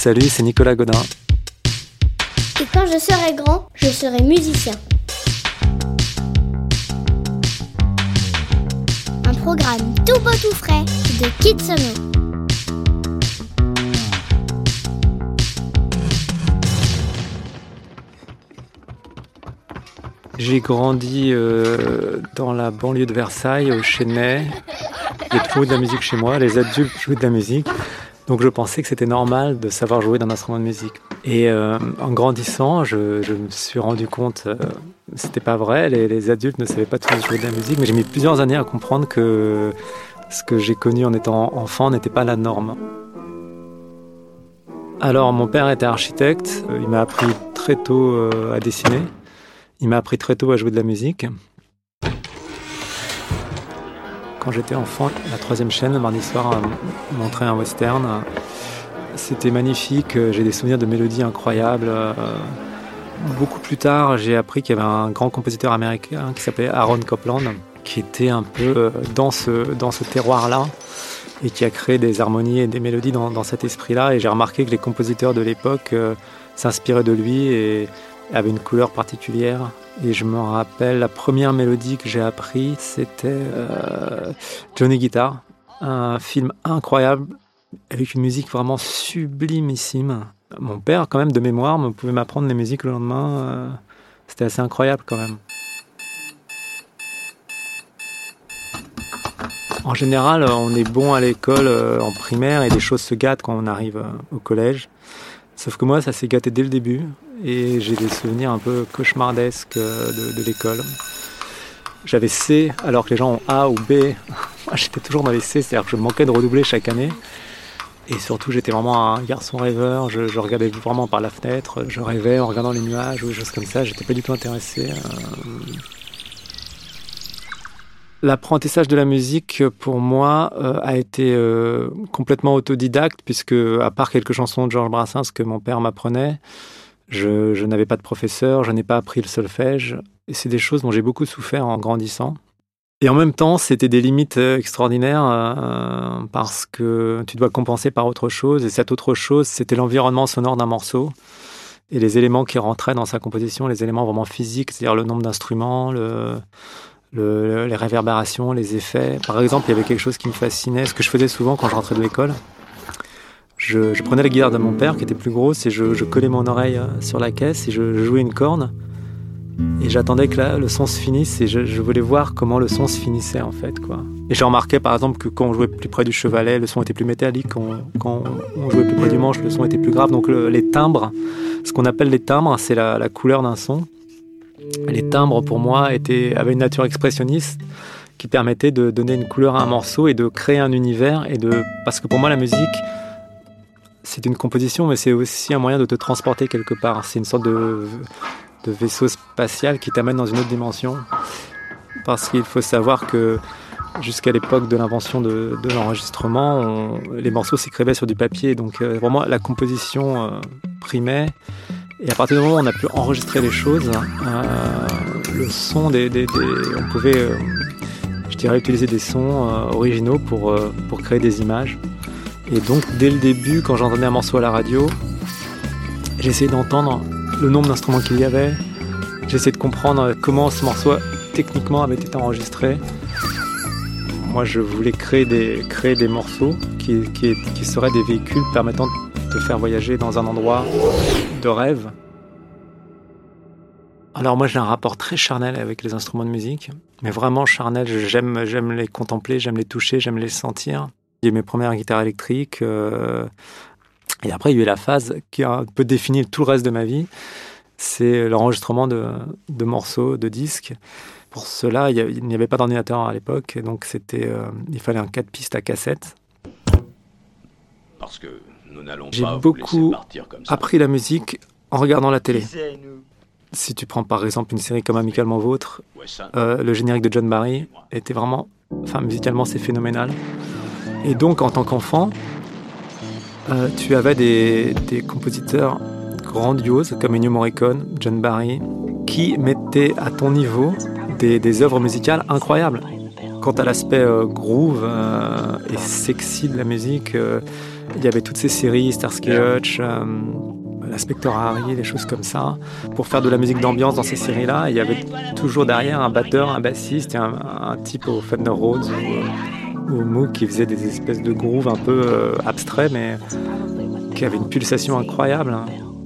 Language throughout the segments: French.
Salut, c'est Nicolas Godin. Et quand je serai grand, je serai musicien. Un programme tout beau tout frais de Kidsono. J'ai grandi dans la banlieue de Versailles, au Chesnay. J'ai toujours eu de la musique chez moi, les adultes jouaient de la musique. Donc je pensais que c'était normal de savoir jouer d'un instrument de musique. Et en grandissant, je me suis rendu compte, c'était pas vrai, les adultes ne savaient pas tous jouer de la musique, mais j'ai mis plusieurs années à comprendre que ce que j'ai connu en étant enfant n'était pas la norme. Alors mon père était architecte, il m'a appris très tôt à dessiner, il m'a appris très tôt à jouer de la musique. Quand j'étais enfant, la 3e chaîne, le mardi soir, montrait un western. C'était magnifique, j'ai des souvenirs de mélodies incroyables. Beaucoup plus tard, j'ai appris qu'il y avait un grand compositeur américain qui s'appelait Aaron Copland, qui était un peu dans ce terroir-là et qui a créé des harmonies et des mélodies dans cet esprit-là. Et j'ai remarqué que les compositeurs de l'époque s'inspiraient de lui et avaient une couleur particulière. Et je me rappelle, la première mélodie que j'ai appris, c'était Johnny Guitar, un film incroyable, avec une musique vraiment sublimissime. Mon père, quand même, de mémoire, pouvait m'apprendre les musiques le lendemain. C'était assez incroyable, quand même. En général, on est bon à l'école en primaire et les choses se gâtent quand on arrive au collège. Sauf que moi, ça s'est gâté dès le début et j'ai des souvenirs un peu cauchemardesques de l'école. J'avais C alors que les gens ont A ou B. Moi, j'étais toujours dans les C, c'est-à-dire que je manquais de redoubler chaque année. Et surtout, j'étais vraiment un garçon rêveur. Je regardais vraiment par la fenêtre. Je rêvais en regardant les nuages ou des choses comme ça. J'étais pas du tout intéressé. L'apprentissage de la musique, pour moi, a été complètement autodidacte, puisque, à part quelques chansons de Georges Brassens que mon père m'apprenait, je n'avais pas de professeur, je n'ai pas appris le solfège. Et c'est des choses dont j'ai beaucoup souffert en grandissant. Et en même temps, c'était des limites extraordinaires, parce que tu dois compenser par autre chose. Et cette autre chose, c'était l'environnement sonore d'un morceau. Et les éléments qui rentraient dans sa composition, les éléments vraiment physiques, c'est-à-dire le nombre d'instruments, les réverbérations, les effets. Par exemple, il y avait quelque chose qui me fascinait, ce que je faisais souvent quand je rentrais de l'école. Je prenais la guitare de mon père, qui était plus grosse, et je collais mon oreille sur la caisse, et je jouais une corne. Et j'attendais que le son se finisse, et je voulais voir comment le son se finissait, en fait, quoi. Et j'ai remarqué, par exemple, que quand on jouait plus près du chevalet, le son était plus métallique. Quand on jouait plus près du manche, le son était plus grave. Donc les timbres, ce qu'on appelle les timbres, c'est la couleur d'un son. Les timbres, pour moi, avaient une nature expressionniste qui permettait de donner une couleur à un morceau et de créer un univers. Parce que pour moi, la musique, c'est une composition, mais c'est aussi un moyen de te transporter quelque part. C'est une sorte de vaisseau spatial qui t'amène dans une autre dimension. Parce qu'il faut savoir que jusqu'à l'époque de l'invention de l'enregistrement, les morceaux s'écrivaient sur du papier. Donc vraiment, la composition primait. Et à partir du moment où on a pu enregistrer les choses, le son on pouvait, je dirais, utiliser des sons originaux pour créer des images. Et donc, dès le début, quand j'entendais un morceau à la radio, j'essayais d'entendre le nombre d'instruments qu'il y avait. J'essayais de comprendre comment ce morceau, techniquement, avait été enregistré. Moi, je voulais créer des morceaux qui seraient des véhicules permettant de faire voyager dans un endroit de rêve. Alors moi, j'ai un rapport très charnel avec les instruments de musique, mais vraiment charnel. J'aime les contempler, j'aime les toucher, j'aime les sentir. J'ai eu mes premières guitares électriques, et après il y a eu la phase qui a un peu défini tout le reste de ma vie. C'est l'enregistrement de morceaux, de disques. Pour cela, il n'y avait pas d'ordinateur à l'époque, donc il fallait un 4 pistes à cassette. Parce que nous n'allons J'ai pas beaucoup vous laisser partir comme ça. appris la musique en regardant la télé. Si tu prends par exemple une série comme Amicalement Vôtre, le générique de John Barry était vraiment... musicalement, c'est phénoménal. Et donc, en tant qu'enfant, tu avais des compositeurs grandioses comme Ennio Morricone, John Barry, qui mettaient à ton niveau des œuvres musicales incroyables. Quant à l'aspect groove et sexy de la musique, il y avait toutes ces séries, Starsky Hutch, l'Inspecteur Harry, des choses comme ça, pour faire de la musique d'ambiance dans ces séries-là. Il y avait toujours derrière un batteur, un bassiste et un type au Fender Rhodes ou au Moog qui faisait des espèces de grooves un peu abstraits, mais qui avaient une pulsation incroyable.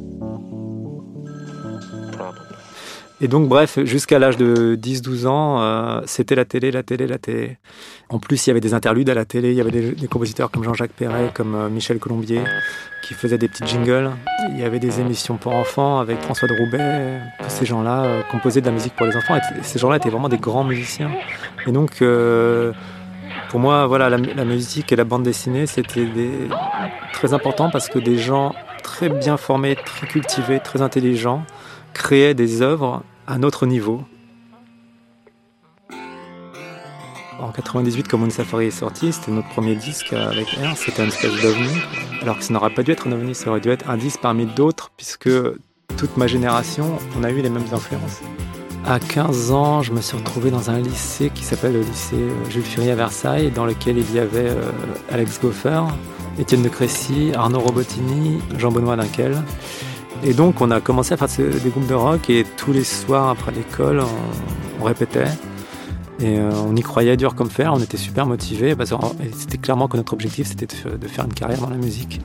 Et donc, bref, jusqu'à l'âge de 10-12 ans, c'était la télé. En plus, il y avait des interludes à la télé. Il y avait des compositeurs comme Jean-Jacques Perret, comme Michel Colombier, qui faisaient des petits jingles. Il y avait des émissions pour enfants avec François de Roubaix. Tous ces gens-là composaient de la musique pour les enfants. Et ces gens-là étaient vraiment des grands musiciens. Et donc, pour moi, voilà, la musique et la bande dessinée, c'était très important parce que des gens très bien formés, très cultivés, très intelligents, créait des œuvres à notre niveau. En 98, quand Moon Safari est sorti, c'était notre premier disque avec Air, c'était une espèce d'ovni, alors que ça n'aurait pas dû être un ovni, ça aurait dû être un disque parmi d'autres, puisque toute ma génération, on a eu les mêmes influences. À 15 ans, je me suis retrouvé dans un lycée qui s'appelle le lycée Jules Ferry à Versailles, dans lequel il y avait Alex Goffer, Étienne de Crécy, Arnaud Robotini, Jean-Benoît Dinkel. Et donc, on a commencé à faire des groupes de rock et tous les soirs après l'école, on répétait. Et on y croyait dur comme fer, on était super motivés parce que c'était clairement que notre objectif, c'était de faire une carrière dans la musique.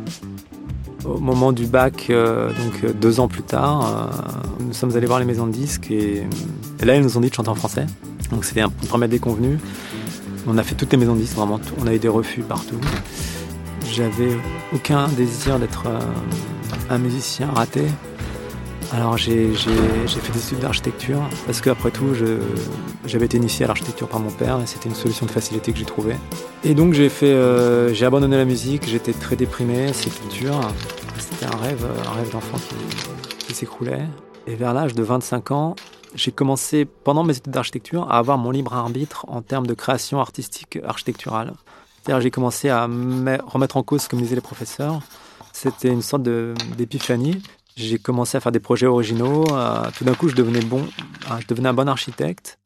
Au moment du bac, donc 2 ans plus tard, nous sommes allés voir les maisons de disques et là, ils nous ont dit de chanter en français. Donc, c'était une première déconvenue. On a fait toutes les maisons de disques, vraiment, on a eu des refus partout. J'avais aucun désir d'être un musicien raté. Alors j'ai fait des études d'architecture parce qu'après tout j'avais été initié à l'architecture par mon père et c'était une solution de facilité que j'ai trouvée. Et donc j'ai abandonné la musique, j'étais très déprimé, c'était dur. C'était un rêve d'enfant qui s'écroulait. Et vers l'âge de 25 ans, j'ai commencé pendant mes études d'architecture à avoir mon libre arbitre en termes de création artistique architecturale. C'est-à-dire j'ai commencé à remettre en cause ce que me disaient les professeurs. C'était une sorte d'épiphanie. J'ai commencé à faire des projets originaux. Tout d'un coup, je devenais un bon architecte.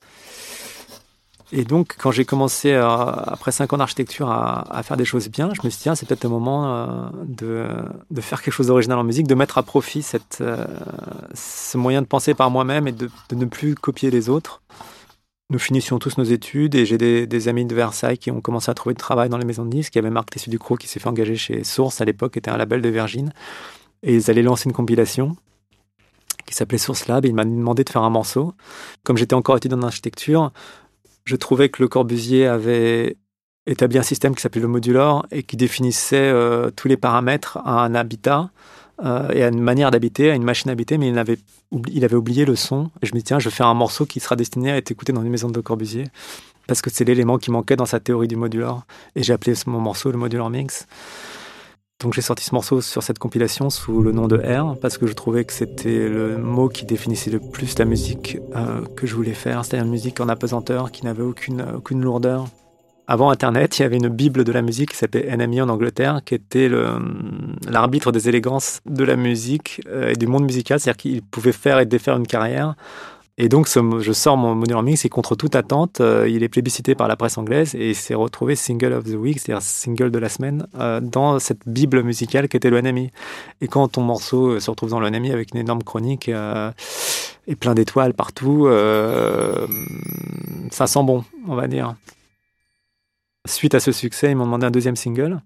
Et donc, quand j'ai commencé, après 5 ans d'architecture, à faire des choses bien, je me suis dit, tiens, c'est peut-être le moment de faire quelque chose d'original en musique, de mettre à profit ce moyen de penser par moi-même et de ne plus copier les autres. Nous finissions tous nos études et j'ai des amis de Versailles qui ont commencé à trouver du travail dans les maisons de disques. Il y avait Marc Tessu-Ducrot qui s'est fait engager chez Source à l'époque, qui était un label de Virgin. Et ils allaient lancer une compilation qui s'appelait Source Lab et il m'a demandé de faire un morceau. Comme j'étais encore étudiant en architecture, je trouvais que Le Corbusier avait établi un système qui s'appelait le modular et qui définissait tous les paramètres à un habitat et à une manière d'habiter, à une machine à habiter, mais il avait oublié le son. Et je me dis, tiens, je vais faire un morceau qui sera destiné à être écouté dans une maison de Le Corbusier, parce que c'est l'élément qui manquait dans sa théorie du modular. Et j'ai appelé mon morceau le Modular Mix. Donc j'ai sorti ce morceau sur cette compilation sous le nom de R, parce que je trouvais que c'était le mot qui définissait le plus la musique que je voulais faire. C'était une musique en apesanteur, qui n'avait aucune lourdeur. Avant Internet, il y avait une bible de la musique qui s'appelait NME en Angleterre, qui était l'arbitre des élégances de la musique et du monde musical, c'est-à-dire qu'il pouvait faire et défaire une carrière. Et donc, je sors mon Modular Mix et contre toute attente, il est plébiscité par la presse anglaise et il s'est retrouvé Single of the Week, c'est-à-dire single de la semaine, dans cette bible musicale qui était le NME. Et quand ton morceau se retrouve dans le NME avec une énorme chronique et plein d'étoiles partout, ça sent bon, on va dire. Suite à ce succès, ils m'ont demandé un deuxième single.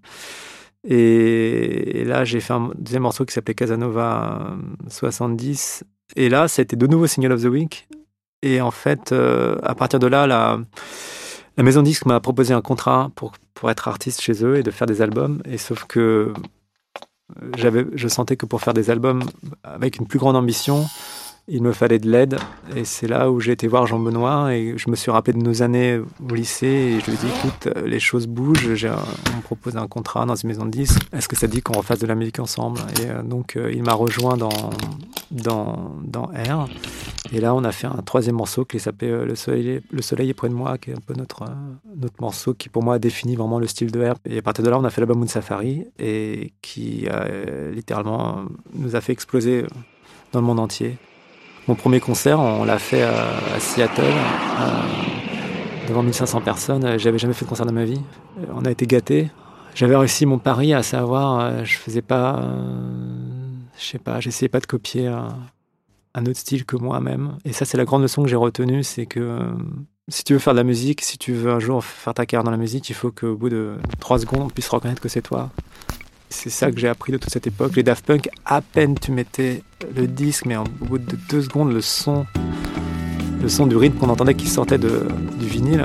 Et là, j'ai fait un deuxième morceau qui s'appelait Casanova 70. Et là, c'était de nouveau Single of the Week. Et en fait, à partir de là, la maison disque m'a proposé un contrat pour être artiste chez eux et de faire des albums. Et sauf que je sentais que pour faire des albums avec une plus grande ambition, il me fallait de l'aide. Et c'est là où j'ai été voir Jean-Benoît et je me suis rappelé de nos années au lycée et je lui ai dit, écoute, les choses bougent, on me propose un contrat dans une maison de disques. Est-ce que ça dit qu'on refasse de la musique ensemble? Et donc, il m'a rejoint dans R. Et là, on a fait un troisième morceau qui s'appelait Le soleil est près de moi, qui est un peu notre morceau qui, pour moi, définit vraiment le style de R. Et à partir de là, on a fait l'album Moon Safari et qui, littéralement, nous a fait exploser dans le monde entier. Mon premier concert, on l'a fait à Seattle, devant 1500 personnes. J'avais jamais fait de concert de ma vie. On a été gâtés. J'avais réussi mon pari, à savoir, j'essayais pas de copier un autre style que moi-même. Et ça, c'est la grande leçon que j'ai retenue, c'est que si tu veux faire de la musique, si tu veux un jour faire ta carrière dans la musique, il faut qu'au bout de 3 secondes, on puisse reconnaître que c'est toi. C'est ça que j'ai appris de toute cette époque. Les Daft Punk, à peine tu mettais le disque, mais au bout de 2 secondes, le son du rythme qu'on entendait qui sortait du vinyle,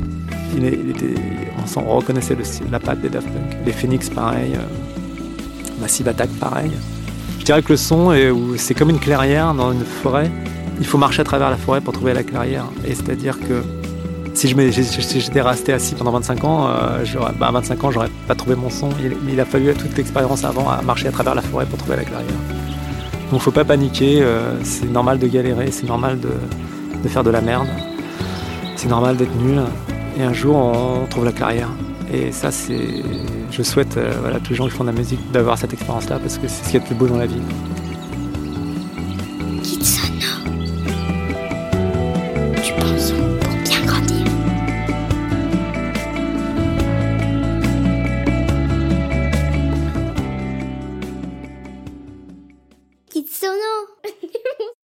on reconnaissait le style, la patte des Daft Punk. Les Phoenix, pareil. Massive Attack, pareil. Je dirais que le son, c'est comme une clairière dans une forêt. Il faut marcher à travers la forêt pour trouver la clairière. Et c'est-à-dire que si j'étais resté assis pendant 25 ans, à 25 ans, j'aurais pas trouvé mon son. Il a fallu toute l'expérience avant à marcher à travers la forêt pour trouver la clairière. Donc faut pas paniquer, c'est normal de galérer, c'est normal de faire de la merde. C'est normal d'être nul. Et un jour, on trouve la clairière. Et ça, je souhaite à tous les gens qui font de la musique d'avoir cette expérience-là parce que c'est ce qu'il y a de plus beau dans la vie.